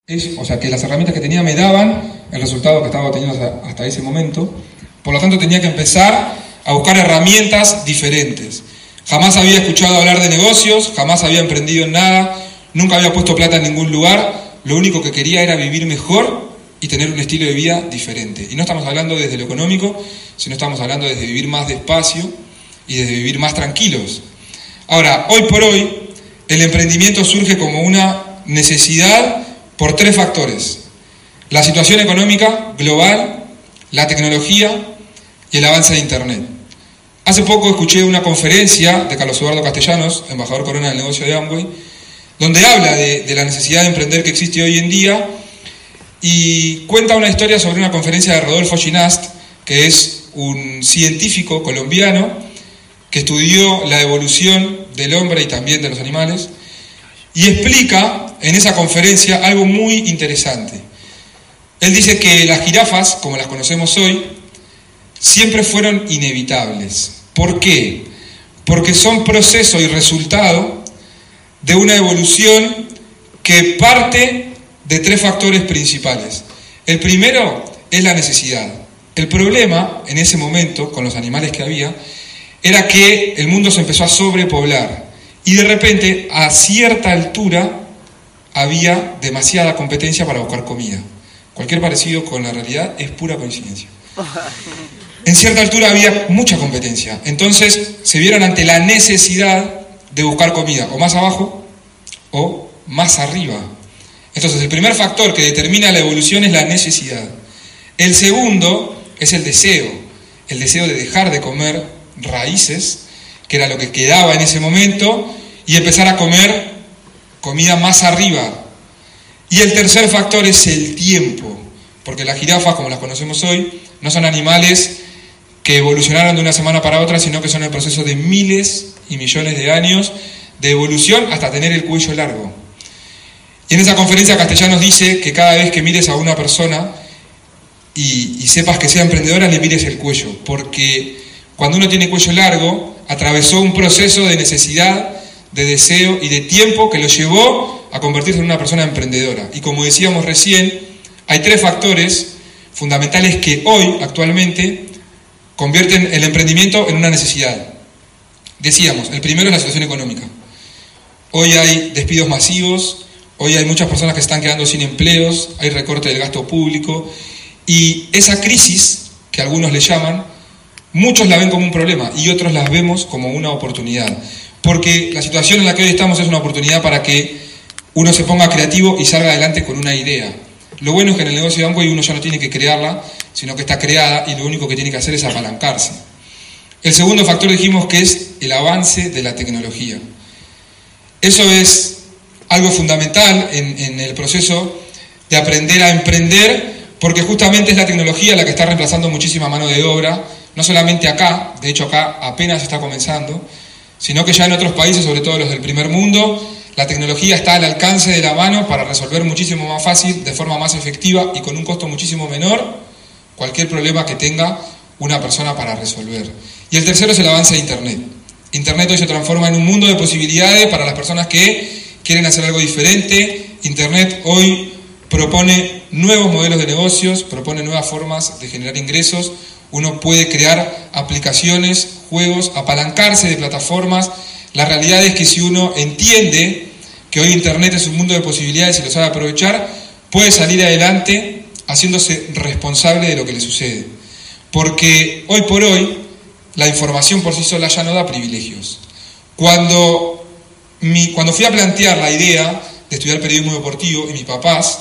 O sea, que las herramientas que tenía me daban el resultado que estaba teniendo hasta ese momento. Por lo tanto, tenía que empezar a buscar herramientas diferentes. Jamás había escuchado hablar de negocios, jamás había emprendido en nada, nunca había puesto plata en ningún lugar. Lo único que quería era vivir mejor y tener un estilo de vida diferente. Y no estamos hablando desde lo económico, sino estamos hablando desde vivir más despacio y desde vivir más tranquilos. Ahora, hoy por hoy, el emprendimiento surge como una necesidad por tres factores: la situación económica global, la tecnología y el avance de Internet. Hace poco escuché una conferencia de Carlos Eduardo Castellanos, embajador corona del negocio de Amway, donde habla de la necesidad de emprender que existe hoy en día y cuenta una historia sobre una conferencia de Rodolfo Ginast, que es un científico colombiano que estudió la evolución del hombre y también de los animales, y explica en esa conferencia algo muy interesante. Él dice que las jirafas, como las conocemos hoy, siempre fueron inevitables. ¿Por qué? Porque son proceso y resultado de una evolución que parte de tres factores principales. El primero es la necesidad. El problema en ese momento, con los animales que había, era que el mundo se empezó a sobrepoblar y de repente, a cierta altura, había demasiada competencia para buscar comida. Cualquier parecido con la realidad es pura coincidencia. En cierta altura había mucha competencia, entonces se vieron ante la necesidad de buscar comida, o más abajo o más arriba. Entonces el primer factor que determina la evolución es la necesidad. El segundo es el deseo de dejar de comer raíces, que era lo que quedaba en ese momento, y empezar a comer comida más arriba. Y el tercer factor es el tiempo, porque las jirafas, como las conocemos hoy, no son animales que evolucionaron de una semana para otra, sino que son el proceso de miles y millones de años de evolución hasta tener el cuello largo. Y en esa conferencia Castellanos dice que cada vez que mires a una persona y sepas que sea emprendedora, le mires el cuello, porque cuando uno tiene cuello largo, atravesó un proceso de necesidad, de deseo y de tiempo que lo llevó a convertirse en una persona emprendedora. Y como decíamos recién, hay tres factores fundamentales que hoy, actualmente, convierten el emprendimiento en una necesidad. Decíamos, el primero es la situación económica. Hoy hay despidos masivos, hoy hay muchas personas que se están quedando sin empleos, hay recorte del gasto público, y esa crisis, que algunos le llaman, muchos la ven como un problema y otros las vemos como una oportunidad. Porque la situación en la que hoy estamos es una oportunidad para que uno se ponga creativo y salga adelante con una idea. Lo bueno es que en el negocio de Amway uno ya no tiene que crearla, sino que está creada y lo único que tiene que hacer es apalancarse. El segundo factor dijimos que es el avance de la tecnología. Eso es algo fundamental en el proceso de aprender a emprender, porque justamente es la tecnología la que está reemplazando muchísima mano de obra, no solamente acá, de hecho acá apenas está comenzando, sino que ya en otros países, sobre todo los del primer mundo, la tecnología está al alcance de la mano para resolver muchísimo más fácil, de forma más efectiva y con un costo muchísimo menor, cualquier problema que tenga una persona para resolver. Y el tercero es el avance de Internet. Internet hoy se transforma en un mundo de posibilidades para las personas que quieren hacer algo diferente. Internet hoy propone nuevos modelos de negocios, propone nuevas formas de generar ingresos. Uno puede crear aplicaciones, juegos, apalancarse de plataformas. La realidad es que si uno entiende que hoy Internet es un mundo de posibilidades y lo sabe aprovechar, puede salir adelante haciéndose responsable de lo que le sucede. Porque hoy por hoy la información por sí sola ya no da privilegios. Cuando fui a plantear la idea de estudiar periodismo deportivo y mis papás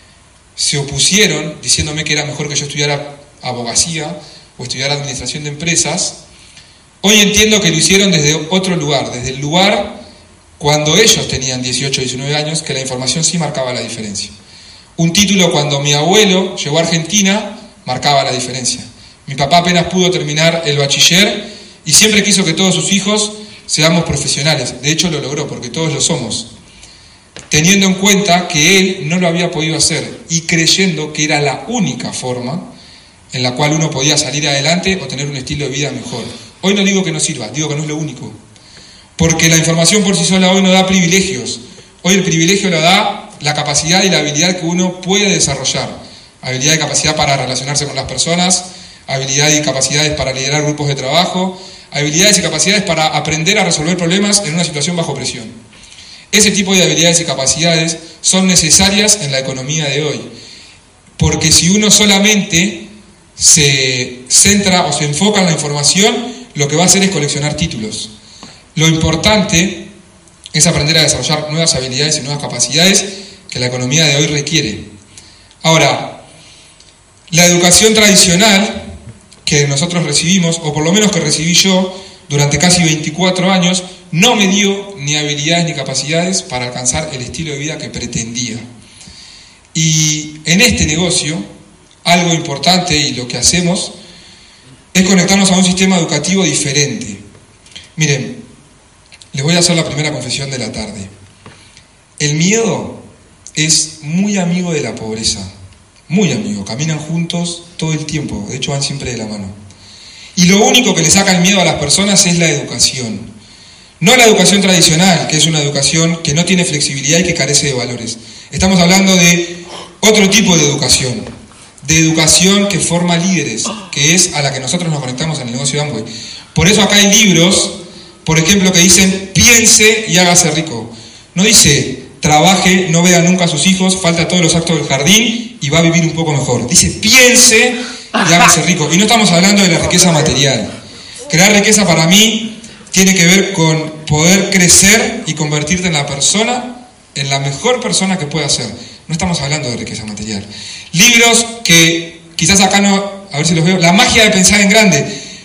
se opusieron diciéndome que era mejor que yo estudiara abogacía o estudiar administración de empresas, hoy entiendo que lo hicieron desde otro lugar, desde el lugar cuando ellos tenían 18, 19 años, que la información sí marcaba la diferencia. Un título cuando mi abuelo llegó a Argentina marcaba la diferencia. Mi papá apenas pudo terminar el bachiller y siempre quiso que todos sus hijos seamos profesionales. De hecho lo logró, porque todos lo somos. Teniendo en cuenta que él no lo había podido hacer y creyendo que era la única forma en la cual uno podía salir adelante o tener un estilo de vida mejor. Hoy no digo que no sirva, digo que no es lo único. Porque la información por sí sola hoy no da privilegios. Hoy el privilegio lo da la capacidad y la habilidad que uno puede desarrollar. Habilidad y capacidad para relacionarse con las personas, habilidad y capacidades para liderar grupos de trabajo, habilidades y capacidades para aprender a resolver problemas en una situación bajo presión. Ese tipo de habilidades y capacidades son necesarias en la economía de hoy, porque si uno solamente se centra o se enfoca en la información, lo que va a hacer es coleccionar títulos. Lo importante es aprender a desarrollar nuevas habilidades y nuevas capacidades que la economía de hoy requiere. Ahora, la educación tradicional que nosotros recibimos, o por lo menos que recibí yo durante casi 24 años, no me dio ni habilidades ni capacidades para alcanzar el estilo de vida que pretendía. Y en este negocio, algo importante y lo que hacemos es conectarnos a un sistema educativo diferente. Miren, les voy a hacer la primera confesión de la tarde. El miedo es muy amigo de la pobreza, muy amigo, caminan juntos todo el tiempo, de hecho van siempre de la mano. Y lo único que le saca el miedo a las personas es la educación. No la educación tradicional, que es una educación que no tiene flexibilidad y que carece de valores. Estamos hablando de otro tipo de educación que forma líderes, que es a la que nosotros nos conectamos en el negocio de Amway. Por eso acá hay libros, por ejemplo, que dicen piense y hágase rico. No dice trabaje, no vea nunca a sus hijos, falta todos los actos del jardín y va a vivir un poco mejor. Dice piense y hágase rico. Y no estamos hablando de la riqueza material. Crear riqueza para mí tiene que ver con poder crecer y convertirte en la mejor persona que pueda ser. No estamos hablando de riqueza material. Libros que quizás acá no, a ver si los veo, La magia de pensar en grande,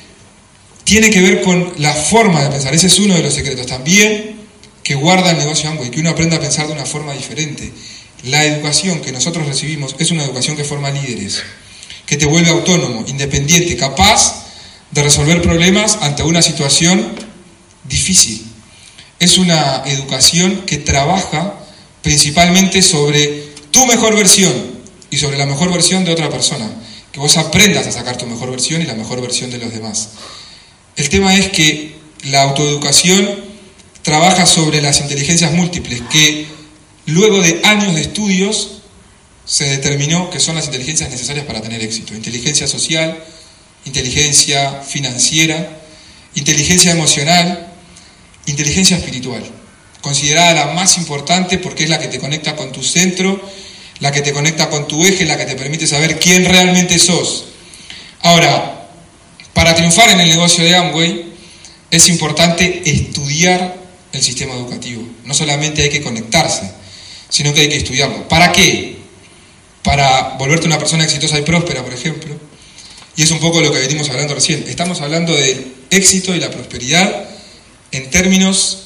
tiene que ver con la forma de pensar. Ese es uno de los secretos también que guarda el negocio Amway, que uno aprenda a pensar de una forma diferente. La educación que nosotros recibimos es una educación que forma líderes, que te vuelve autónomo, independiente, capaz de resolver problemas ante una situación difícil. Es una educación que trabaja principalmente sobre tu mejor versión y sobre la mejor versión de otra persona, que vos aprendas a sacar tu mejor versión y la mejor versión de los demás. El tema es que la autoeducación trabaja sobre las inteligencias múltiples, que luego de años de estudios se determinó que son las inteligencias necesarias para tener éxito. Inteligencia social, inteligencia financiera, inteligencia emocional, inteligencia espiritual, considerada la más importante porque es la que te conecta con tu centro, la que te conecta con tu eje, la que te permite saber quién realmente sos. Ahora, para triunfar en el negocio de Amway es importante estudiar el sistema educativo. No solamente hay que conectarse, sino que hay que estudiarlo. ¿Para qué? Para volverte una persona exitosa y próspera, por ejemplo. Y es un poco lo que venimos hablando recién. Estamos hablando del éxito y la prosperidad en términos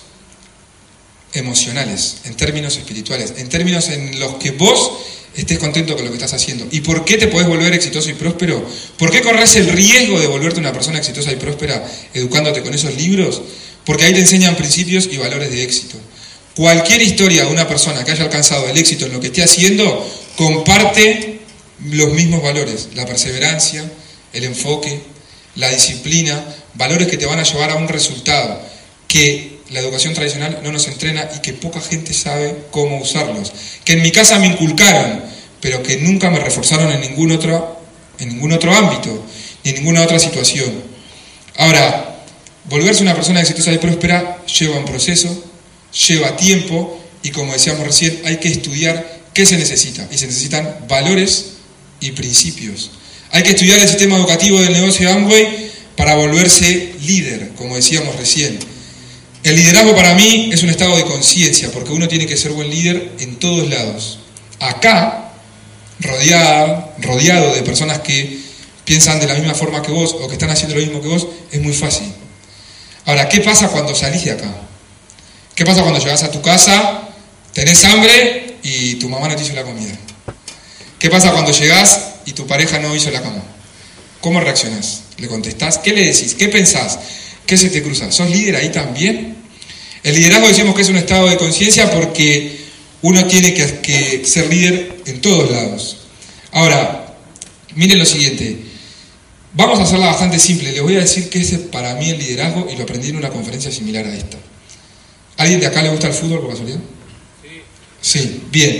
emocionales, en términos espirituales, en términos en los que vos estés contento con lo que estás haciendo. ¿Y por qué te podés volver exitoso y próspero? ¿Por qué corres el riesgo de volverte una persona exitosa y próspera educándote con esos libros? Porque ahí te enseñan principios y valores de éxito. Cualquier historia de una persona que haya alcanzado el éxito en lo que esté haciendo comparte los mismos valores: la perseverancia, el enfoque, la disciplina, valores que te van a llevar a un resultado que la educación tradicional no nos entrena y que poca gente sabe cómo usarlos, que en mi casa me inculcaron, pero que nunca me reforzaron en ningún otro ámbito, ni en ninguna otra situación. Ahora, volverse una persona exitosa y próspera lleva un proceso, lleva tiempo y, como decíamos recién, hay que estudiar qué se necesita, y se necesitan valores y principios. Hay que estudiar el sistema educativo del negocio de Amway para volverse líder, como decíamos recién. El liderazgo para mí es un estado de conciencia, porque uno tiene que ser buen líder en todos lados. Acá, rodeado de personas que piensan de la misma forma que vos o que están haciendo lo mismo que vos, es muy fácil. Ahora, ¿qué pasa cuando salís de acá? ¿Qué pasa cuando llegás a tu casa, tenés hambre y tu mamá no te hizo la comida? ¿Qué pasa cuando llegás y tu pareja no hizo la cama? ¿Cómo reaccionás? ¿Le contestás? ¿Qué le decís? ¿Qué pensás? ¿Qué se te cruza? ¿Sos líder ahí también? El liderazgo decimos que es un estado de conciencia porque uno tiene que ser líder en todos lados. Ahora, miren lo siguiente. Vamos a hacerla bastante simple. Les voy a decir qué es para mí el liderazgo y lo aprendí en una conferencia similar a esta. ¿Alguien de acá le gusta el fútbol por casualidad? Sí, bien.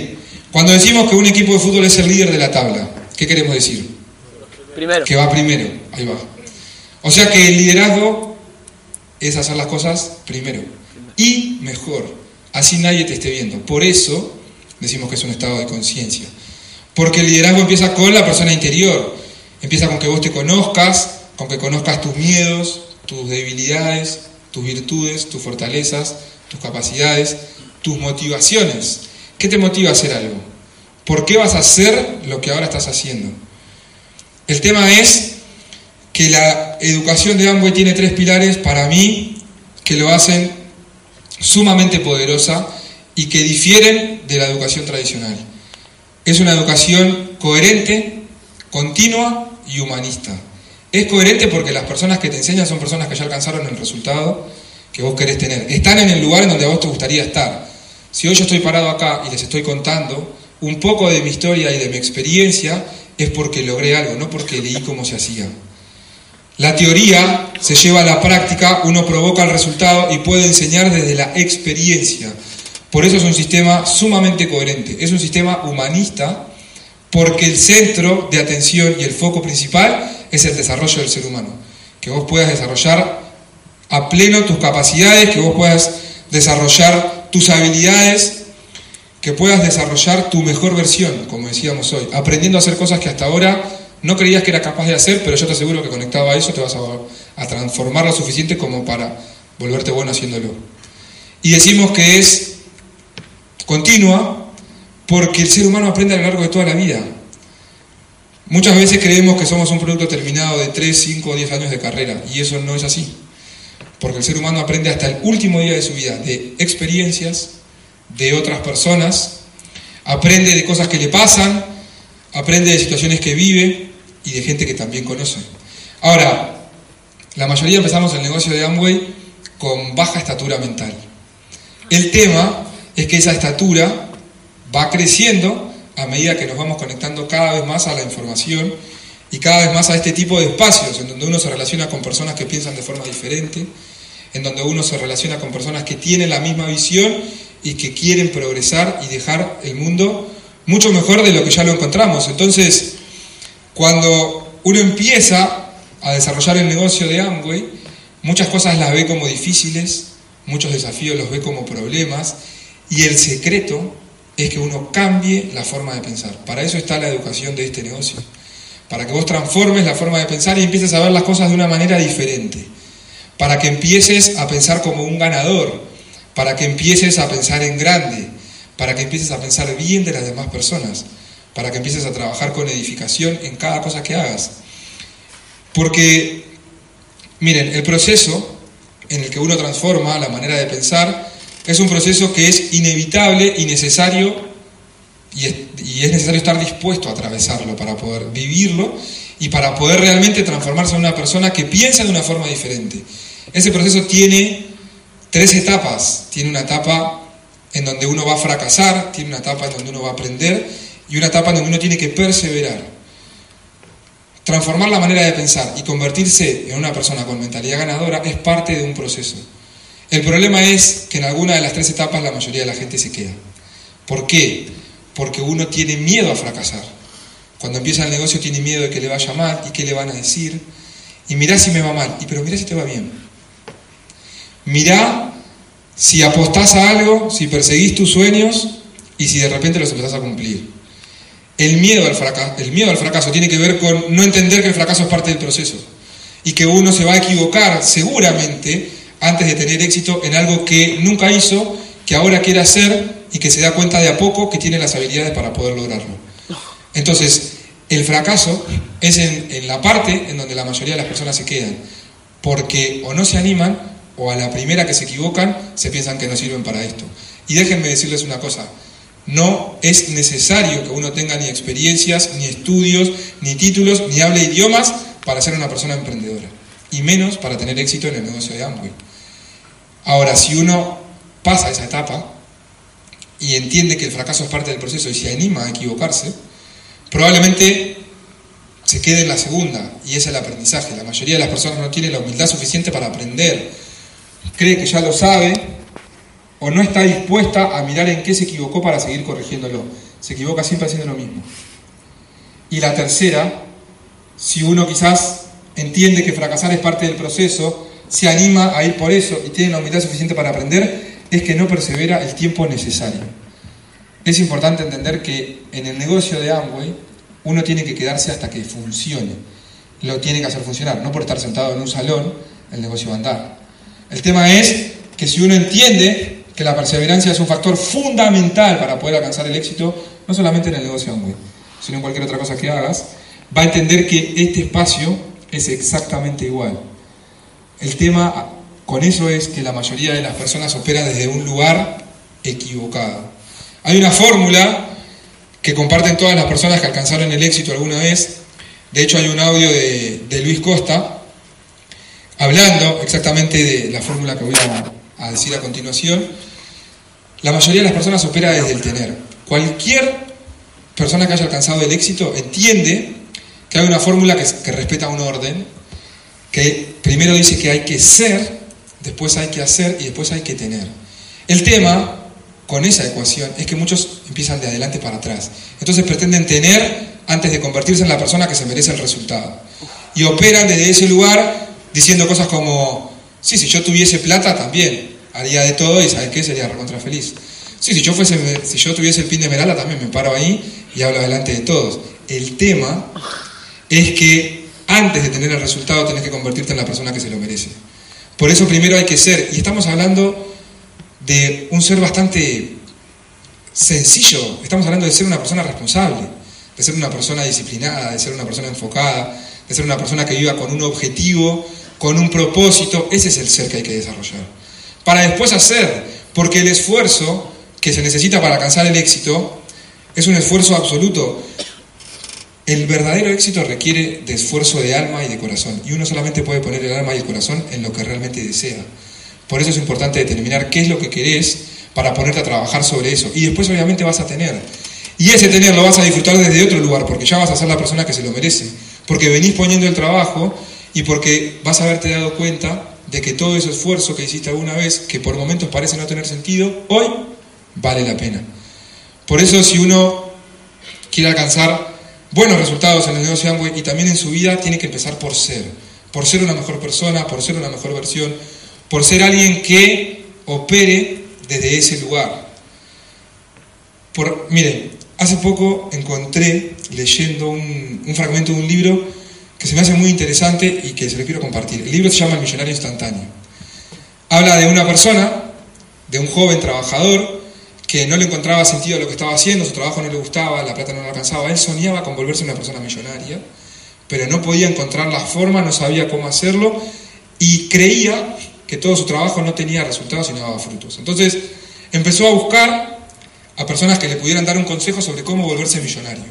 Cuando decimos que un equipo de fútbol es el líder de la tabla, ¿qué queremos decir? Primero. Que va primero, ahí va. O sea que el liderazgo es hacer las cosas primero y mejor, así nadie te esté viendo. Por eso decimos que es un estado de conciencia, porque el liderazgo empieza con la persona interior, empieza con que vos te conozcas, con que conozcas tus miedos, tus debilidades, tus virtudes, tus fortalezas, tus capacidades, tus motivaciones. ¿Qué te motiva a hacer algo? ¿Por qué vas a hacer lo que ahora estás haciendo? El tema es que la educación de Amway tiene 3 pilares para mí que lo hacen sumamente poderosa y que difieren de la educación tradicional. Es una educación coherente, continua y humanista. Es coherente porque las personas que te enseñan son personas que ya alcanzaron el resultado que vos querés tener. Están en el lugar en donde a vos te gustaría estar. Si hoy yo estoy parado acá y les estoy contando un poco de mi historia y de mi experiencia, es porque logré algo, no porque leí cómo se hacía. La teoría se lleva a la práctica, uno provoca el resultado y puede enseñar desde la experiencia. Por eso es un sistema sumamente coherente, es un sistema humanista, porque el centro de atención y el foco principal es el desarrollo del ser humano. Que vos puedas desarrollar a pleno tus capacidades, que vos puedas desarrollar tus habilidades, que puedas desarrollar tu mejor versión, como decíamos hoy, aprendiendo a hacer cosas que hasta ahora no creías que eras capaz de hacer, pero yo te aseguro que conectado a eso te vas a transformar lo suficiente como para volverte bueno haciéndolo. Y decimos que es continua porque el ser humano aprende a lo largo de toda la vida. Muchas veces creemos que somos un producto terminado de 3, 5 o 10 años de carrera, y eso no es así. Porque el ser humano aprende hasta el último día de su vida, de experiencias, de otras personas, aprende de cosas que le pasan, aprende de situaciones que vive y de gente que también conoce. Ahora, la mayoría empezamos el negocio de Amway con baja estatura mental. El tema es que esa estatura va creciendo a medida que nos vamos conectando cada vez más a la información y cada vez más a este tipo de espacios en donde uno se relaciona con personas que piensan de forma diferente, en donde uno se relaciona con personas que tienen la misma visión y que quieren progresar y dejar el mundo mucho mejor de lo que ya lo encontramos. Entonces, cuando uno empieza a desarrollar el negocio de Amway, muchas cosas las ve como difíciles, muchos desafíos los ve como problemas, y el secreto es que uno cambie la forma de pensar. Para eso está la educación de este negocio, para que vos transformes la forma de pensar y empieces a ver las cosas de una manera diferente, para que empieces a pensar como un ganador, para que empieces a pensar en grande, para que empieces a pensar bien de las demás personas, para que empieces a trabajar con edificación en cada cosa que hagas. Porque, miren, el proceso en el que uno transforma la manera de pensar es un proceso que es inevitable y necesario, y es necesario estar dispuesto a atravesarlo para poder vivirlo y para poder realmente transformarse en una persona que piensa de una forma diferente. Ese proceso tiene 3 etapas. Tiene una etapa en donde uno va a fracasar, tiene una etapa en donde uno va a aprender y una etapa en donde uno tiene que perseverar. Transformar la manera de pensar y convertirse en una persona con mentalidad ganadora es parte de un proceso. El problema es que en alguna de las 3 etapas la mayoría de la gente se queda. ¿Por qué? Porque uno tiene miedo a fracasar. Cuando empieza el negocio tiene miedo de que le vaya mal y qué le van a decir. Y mirá si me va mal, pero mirá si te va bien. Mirá si apostás a algo, si perseguís tus sueños y si de repente los empezás a cumplir. El miedo al fracaso tiene que ver con no entender que el fracaso es parte del proceso y que uno se va a equivocar seguramente antes de tener éxito en algo que nunca hizo, que ahora quiere hacer y que se da cuenta de a poco que tiene las habilidades para poder lograrlo. Entonces, el fracaso es en la parte en donde la mayoría de las personas se quedan, porque o no se animan o a la primera que se equivocan se piensan que no sirven para esto. Y déjenme decirles una cosa, no es necesario que uno tenga ni experiencias, ni estudios, ni títulos, ni hable idiomas para ser una persona emprendedora, y menos para tener éxito en el negocio de Amway. Ahora, si uno pasa esa etapa y entiende que el fracaso es parte del proceso y se anima a equivocarse, probablemente se quede en la segunda, y es el aprendizaje. La mayoría de las personas no tiene la humildad suficiente para aprender, cree que ya lo sabe o no está dispuesta a mirar en qué se equivocó para seguir corrigiéndolo. se equivoca siempre haciendo lo mismo. Y la tercera, si uno quizás entiende que fracasar es parte del proceso, se anima a ir por eso y tiene la humildad suficiente para aprender, es que no persevera el tiempo necesario. Es importante entender que en el negocio de Amway uno tiene que quedarse hasta que funcione. Lo tiene que hacer funcionar, no por estar sentado en un salón, el negocio va a andar. El tema es que si uno entiende que la perseverancia es un factor fundamental para poder alcanzar el éxito, no solamente en el negocio Amway, sino en cualquier otra cosa que hagas, va a entender que este espacio es exactamente igual. El tema con eso es que la mayoría de las personas operan desde un lugar equivocado. Hay una fórmula que comparten todas las personas que alcanzaron el éxito alguna vez. De hecho, hay un audio de Luis Costa hablando exactamente de la fórmula que voy a decir a continuación. La mayoría de las personas opera desde el tener. Cualquier persona que haya alcanzado el éxito entiende que hay una fórmula que respeta un orden, que primero dice que hay que ser, después hay que hacer y después hay que tener. El tema con esa ecuación es que muchos empiezan de adelante para atrás. Entonces pretenden tener antes de convertirse en la persona que se merece el resultado. Y operan desde ese lugar diciendo cosas como, sí, si yo tuviese plata también haría de todo y ¿sabes qué? Sería recontra feliz. Sí, si yo tuviese el pin de Esmeralda también me paro ahí y hablo delante de todos. El tema es que antes de tener el resultado tenés que convertirte en la persona que se lo merece. Por eso primero hay que ser, y estamos hablando de un ser bastante sencillo, estamos hablando de ser una persona responsable, de ser una persona disciplinada, de ser una persona enfocada, de ser una persona que viva con un objetivo, con un propósito. Ese es el ser que hay que desarrollar. Para después hacer, porque el esfuerzo que se necesita para alcanzar el éxito es un esfuerzo absoluto. El verdadero éxito requiere de esfuerzo de alma y de corazón, y uno solamente puede poner el alma y el corazón en lo que realmente desea. Por eso es importante determinar qué es lo que querés para ponerte a trabajar sobre eso, y después obviamente vas a tener. Y ese tener lo vas a disfrutar desde otro lugar, porque ya vas a ser la persona que se lo merece, porque venís poniendo el trabajo y porque vas a haberte dado cuenta de que todo ese esfuerzo que hiciste alguna vez, que por momentos parece no tener sentido, hoy vale la pena. Por eso si uno quiere alcanzar buenos resultados en el negocio Amway y también en su vida, tiene que empezar por ser una mejor persona, por ser una mejor versión, por ser alguien que opere desde ese lugar. Miren, hace poco encontré leyendo un fragmento de un libro que se me hace muy interesante y que se lo quiero compartir. El libro se llama El Millonario Instantáneo. Habla de una persona, de un joven trabajador, que no le encontraba sentido a lo que estaba haciendo, su trabajo no le gustaba, la plata no le alcanzaba. Él soñaba con volverse una persona millonaria, pero no podía encontrar la forma, no sabía cómo hacerlo y creía que todo su trabajo no tenía resultados y no daba frutos. Entonces empezó a buscar a personas que le pudieran dar un consejo sobre cómo volverse millonario.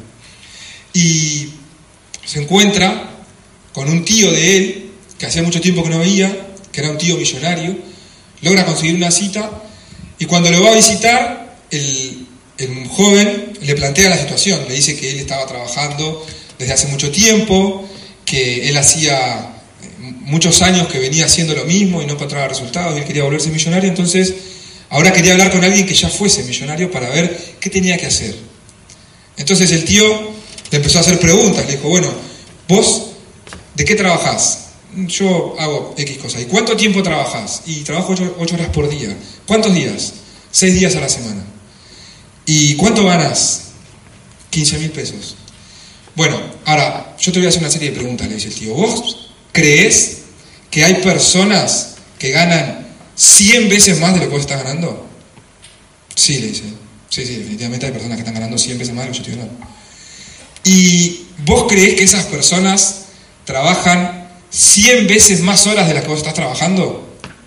Y se encuentra con un tío de él, que hacía mucho tiempo que no veía, que era un tío millonario, logra conseguir una cita y cuando lo va a visitar, el joven le plantea la situación, le dice que él estaba trabajando desde hace mucho tiempo, que él hacía muchos años que venía haciendo lo mismo y no encontraba resultados y él quería volverse millonario, entonces ahora quería hablar con alguien que ya fuese millonario para ver qué tenía que hacer. Entonces el tío le empezó a hacer preguntas, le dijo, bueno, ¿vos de qué trabajás? Yo hago X cosas. ¿Y cuánto tiempo trabajás? Y trabajo 8 horas por día. ¿Cuántos días? 6 días a la semana. ¿Y cuánto ganas? 15.000 pesos. Bueno, ahora, yo te voy a hacer una serie de preguntas, le dice el tío. ¿Vos creés que hay personas que ganan 100 veces más de lo que vos estás ganando? Sí, le dice. Sí, definitivamente hay personas que están ganando 100 veces más de lo que yo estoy ganando. ¿Y vos creés que esas personas trabajan 100 veces más horas de las que vos estás trabajando?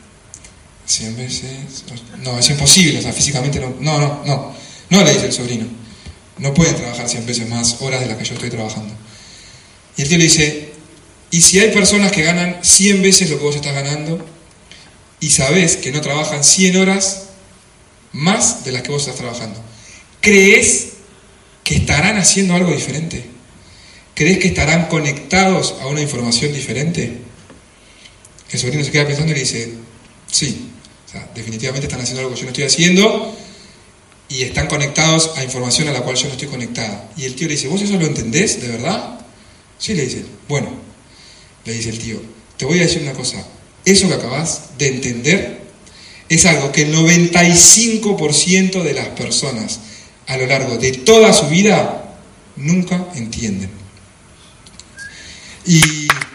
100 veces... No, es imposible, o sea, físicamente no. No, le dice el sobrino. No pueden trabajar 100 veces más horas de las que yo estoy trabajando. Y el tío le dice, ¿y si hay personas que ganan 100 veces lo que vos estás ganando y sabés que no trabajan 100 horas más de las que vos estás trabajando? ¿Creés que estarán haciendo algo diferente? ¿Crees que estarán conectados a una información diferente? El sobrino se queda pensando y le dice, sí, o sea, definitivamente están haciendo algo que yo no estoy haciendo y están conectados a información a la cual yo no estoy conectada. Y el tío le dice, ¿vos eso lo entendés de verdad? Sí, le dice. Bueno, le dice el tío, te voy a decir una cosa, eso que acabas de entender es algo que el 95% de las personas a lo largo de toda su vida nunca entienden. Y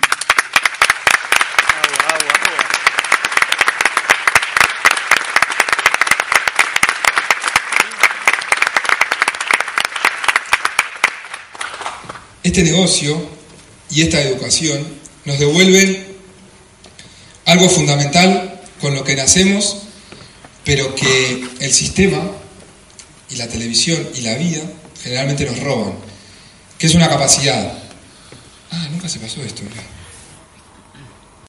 este negocio y esta educación nos devuelven algo fundamental con lo que nacemos, pero que el sistema y la televisión y la vida generalmente nos roban, que es una capacidad. Nunca se pasó esto, ¿verdad?